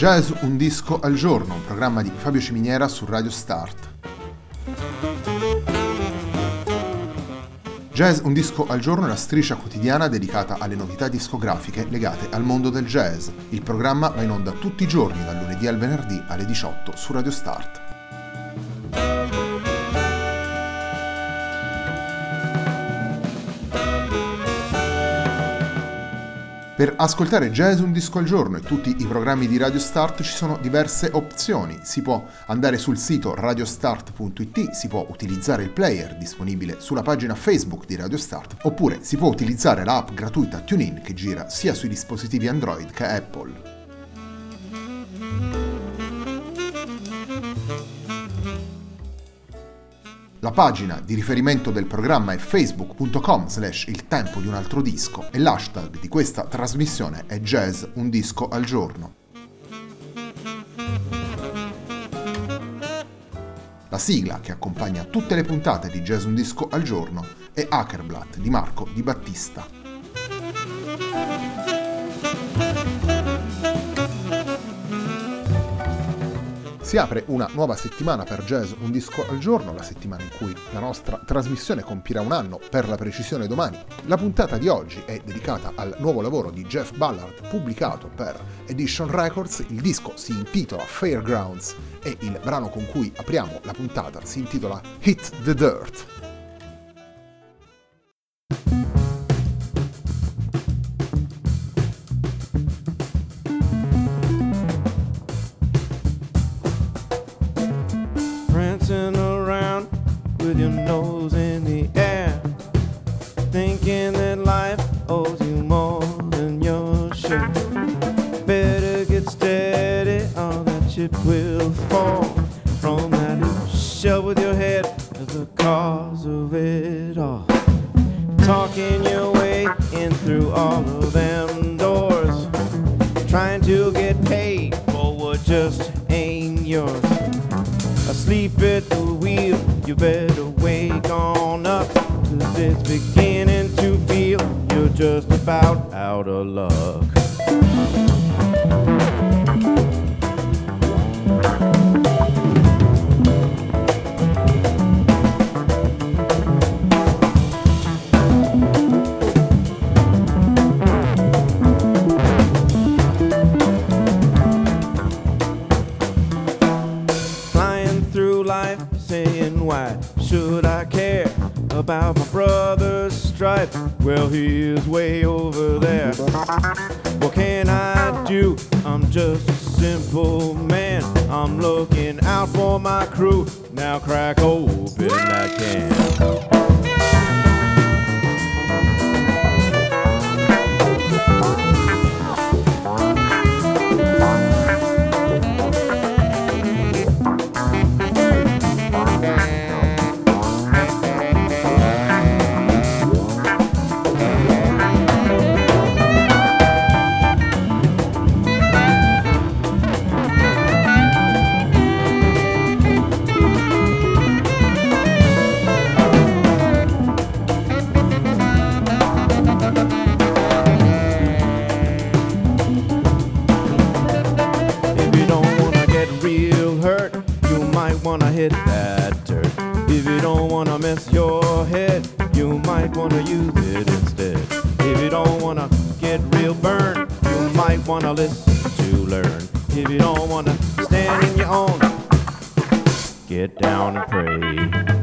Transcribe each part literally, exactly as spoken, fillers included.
Jazz un disco al giorno, un programma di Fabio Ciminiera su Radio Start. Jazz un disco al giorno è la striscia quotidiana dedicata alle novità discografiche legate al mondo del jazz. Il programma va in onda tutti i giorni, dal lunedì al venerdì alle diciotto su Radio Start. Per ascoltare Jazz un disco al giorno e tutti i programmi di Radio Start ci sono diverse opzioni. Si può andare sul sito radiostart punto it, si può utilizzare il player disponibile sulla pagina Facebook di Radio Start, oppure si può utilizzare l'app gratuita TuneIn che gira sia sui dispositivi Android che Apple. La pagina di riferimento del programma è facebook punto com slash il tempo di un altro disco e l'hashtag di questa trasmissione è Jazz un disco al giorno. La sigla che accompagna tutte le puntate di Jazz un disco al giorno è Hackerblatt di Marco Di Battista. Si apre una nuova settimana per Jazz un disco al giorno, la settimana in cui la nostra trasmissione compirà un anno, per la precisione domani. La puntata di oggi è dedicata al nuovo lavoro di Jeff Ballard pubblicato per Edition Records. Il disco si intitola Fairgrounds e il brano con cui apriamo la puntata si intitola Hit the Dirt. Around with your nose in the air, thinking that life owes you more than your share. Better get steady or that ship will fall from that shell with your head as the cause of it all. Talking your way in through all of them doors, trying to get paid for what just ain't yours. Asleep at the wheel, you better wake on up, 'cause it's beginning to feel you're just about out of luck. Why should I care about my brother's stripe? Well, he is way over there. What can I do? I'm just a simple man. I'm looking out for my crew. Now crack open that can. Hit that dirt. If you don't wanna mess your head, you might wanna use it instead. If you don't wanna get real burned, you might wanna listen to learn. If you don't wanna stand in your own, get down and pray.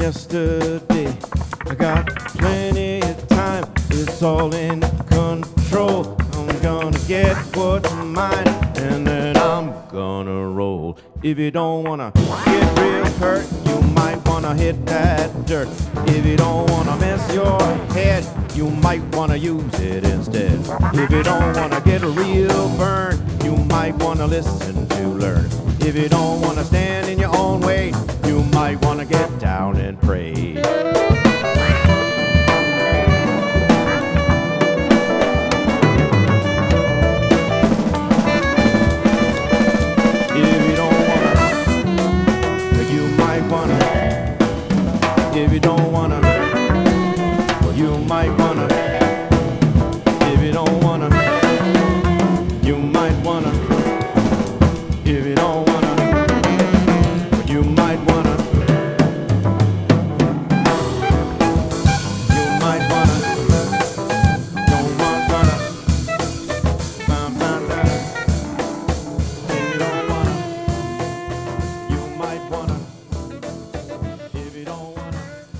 yesterday. I got plenty of time, it's all in control. I'm gonna get what's mine, and then I'm gonna roll. If you don't wanna get real hurt, you might wanna hit that dirt. If you don't wanna mess your head, you might wanna use it instead. If you don't wanna get a real burn, you might wanna listen to learn. If you don't wanna stand in your own way, you might wanna get down and pray. If you don't wanna, well, you might wanna. If you don't wanna, you might wanna. If you don't wanna, well, you might wanna. You might wanna. Don't want wanna. Bam, bam, bam. If you don't wanna, you might wanna. If you don't wanna.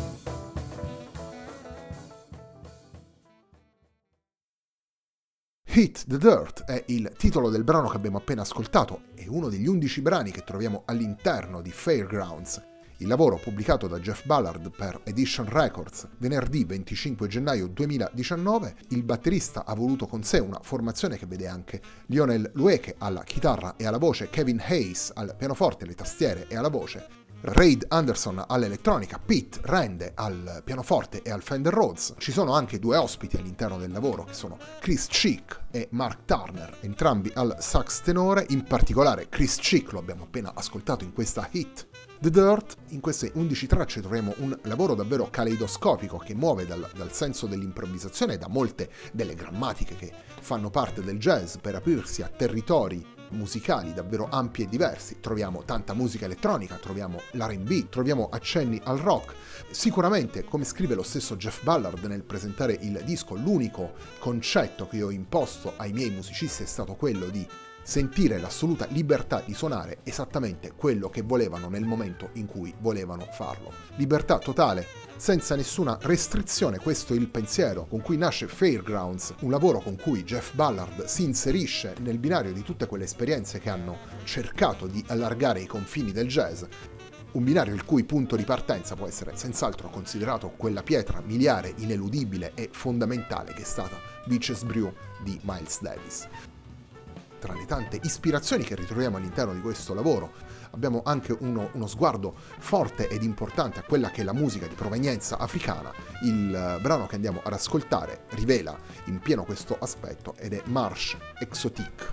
Hit the Dirt è il titolo del brano che abbiamo appena ascoltato, è uno degli undici brani che troviamo all'interno di Fairgrounds, il lavoro pubblicato da Jeff Ballard per Edition Records venerdì venticinque gennaio duemiladiciannove. Il batterista ha voluto con sé una formazione che vede anche Lionel Lueke alla chitarra e alla voce, Kevin Hayes al pianoforte, alle tastiere e alla voce, Reid Anderson all'elettronica, Pete Rende al pianoforte e al Fender Rhodes. Ci sono anche due ospiti all'interno del lavoro che sono Chris Cheek e Mark Turner, entrambi al sax tenore. In particolare Chris Cheek lo abbiamo appena ascoltato in questa Hit the Dirt. In queste undici tracce troviamo un lavoro davvero caleidoscopico che muove dal, dal senso dell'improvvisazione e da molte delle grammatiche che fanno parte del jazz per aprirsi a territori musicali davvero ampi e diversi. Troviamo tanta musica elettronica, troviamo l'R and B, troviamo accenni al rock. Sicuramente, come scrive lo stesso Jeff Ballard nel presentare il disco, l'unico concetto che io ho imposto ai miei musicisti è stato quello di sentire l'assoluta libertà di suonare esattamente quello che volevano nel momento in cui volevano farlo. Libertà totale, senza nessuna restrizione. Questo è il pensiero con cui nasce Fairgrounds, un lavoro con cui Jeff Ballard si inserisce nel binario di tutte quelle esperienze che hanno cercato di allargare i confini del jazz, un binario il cui punto di partenza può essere senz'altro considerato quella pietra miliare, ineludibile e fondamentale che è stata Beaches Brew di Miles Davis. Tra le tante ispirazioni che ritroviamo all'interno di questo lavoro abbiamo anche uno, uno sguardo forte ed importante a quella che è la musica di provenienza africana. Il brano che andiamo ad ascoltare rivela in pieno questo aspetto ed è Marche Exotique.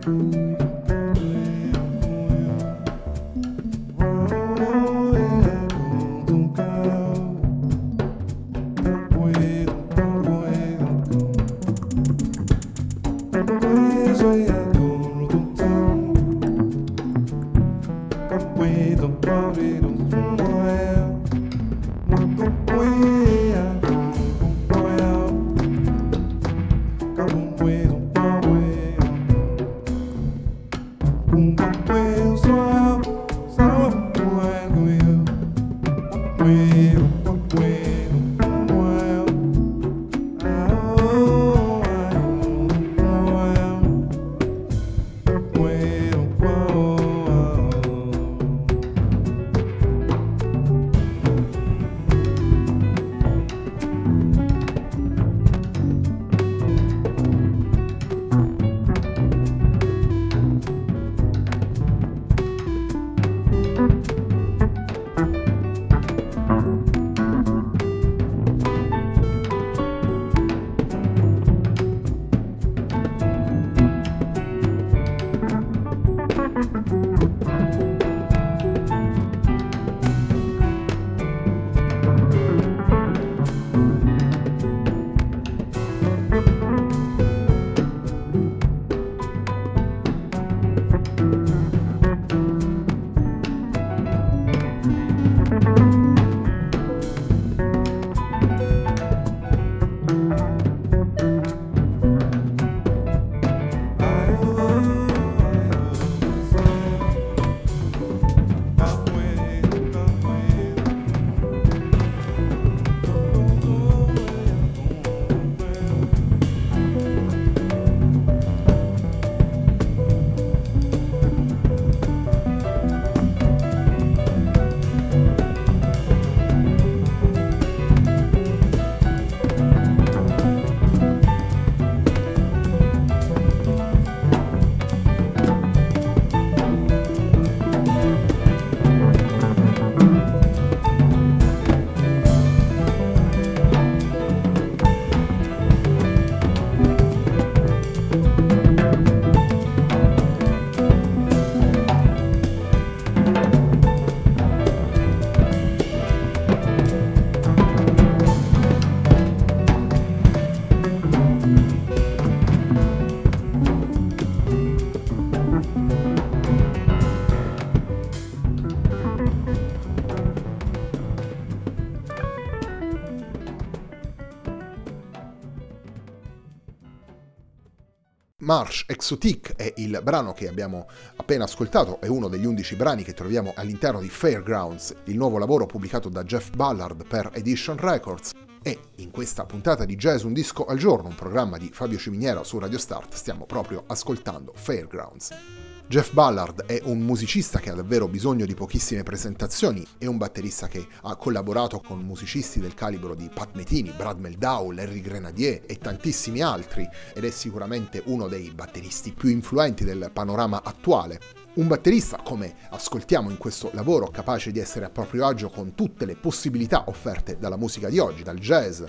Marche Exotique è il brano che abbiamo appena ascoltato, è uno degli undici brani che troviamo all'interno di Fairgrounds, il nuovo lavoro pubblicato da Jeff Ballard per Edition Records. E in questa puntata di Jazz Un Disco al Giorno, un programma di Fabio Ciminiera su Radio Start, stiamo proprio ascoltando Fairgrounds. Jeff Ballard è un musicista che ha davvero bisogno di pochissime presentazioni, è un batterista che ha collaborato con musicisti del calibro di Pat Metheny, Brad Meldau, Larry Grenadier e tantissimi altri, ed è sicuramente uno dei batteristi più influenti del panorama attuale. Un batterista, come ascoltiamo in questo lavoro, capace di essere a proprio agio con tutte le possibilità offerte dalla musica di oggi, dal jazz, eh,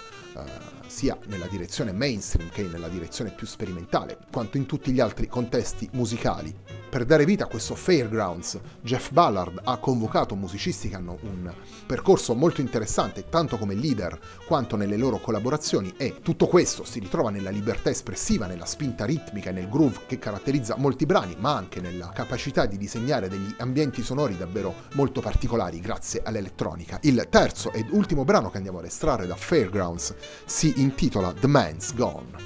sia nella direzione mainstream che nella direzione più sperimentale, quanto in tutti gli altri contesti musicali. Per dare vita a questo Fairgrounds, Jeff Ballard ha convocato musicisti che hanno un percorso molto interessante, tanto come leader quanto nelle loro collaborazioni, e tutto questo si ritrova nella libertà espressiva, nella spinta ritmica e nel groove che caratterizza molti brani, ma anche nella capacità di disegnare degli ambienti sonori davvero molto particolari grazie all'elettronica. Il terzo ed ultimo brano che andiamo ad estrarre da Fairgrounds si intitola The Man's Gone.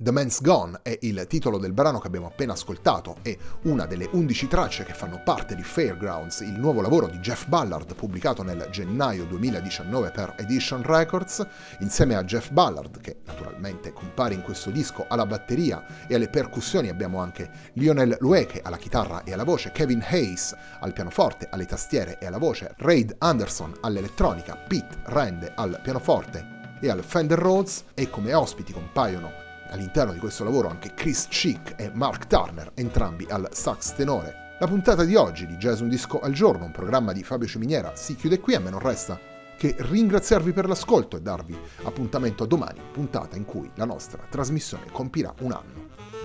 The Man's Gone è il titolo del brano che abbiamo appena ascoltato e una delle undici tracce che fanno parte di Fairgrounds, il nuovo lavoro di Jeff Ballard pubblicato nel gennaio duemiladiciannove per Edition Records. Insieme a Jeff Ballard, che naturalmente compare in questo disco alla batteria e alle percussioni, abbiamo anche Lionel Lueke alla chitarra e alla voce, Kevin Hayes al pianoforte, alle tastiere e alla voce, Reid Anderson all'elettronica, Pete Rende al pianoforte e al Fender Rhodes, e come ospiti compaiono all'interno di questo lavoro anche Chris Chick e Mark Turner, entrambi al sax tenore. La puntata di oggi di Jazz Un Disco al Giorno, un programma di Fabio Ciminiera, si chiude qui. A me non resta che ringraziarvi per l'ascolto e darvi appuntamento a domani, puntata in cui la nostra trasmissione compirà un anno.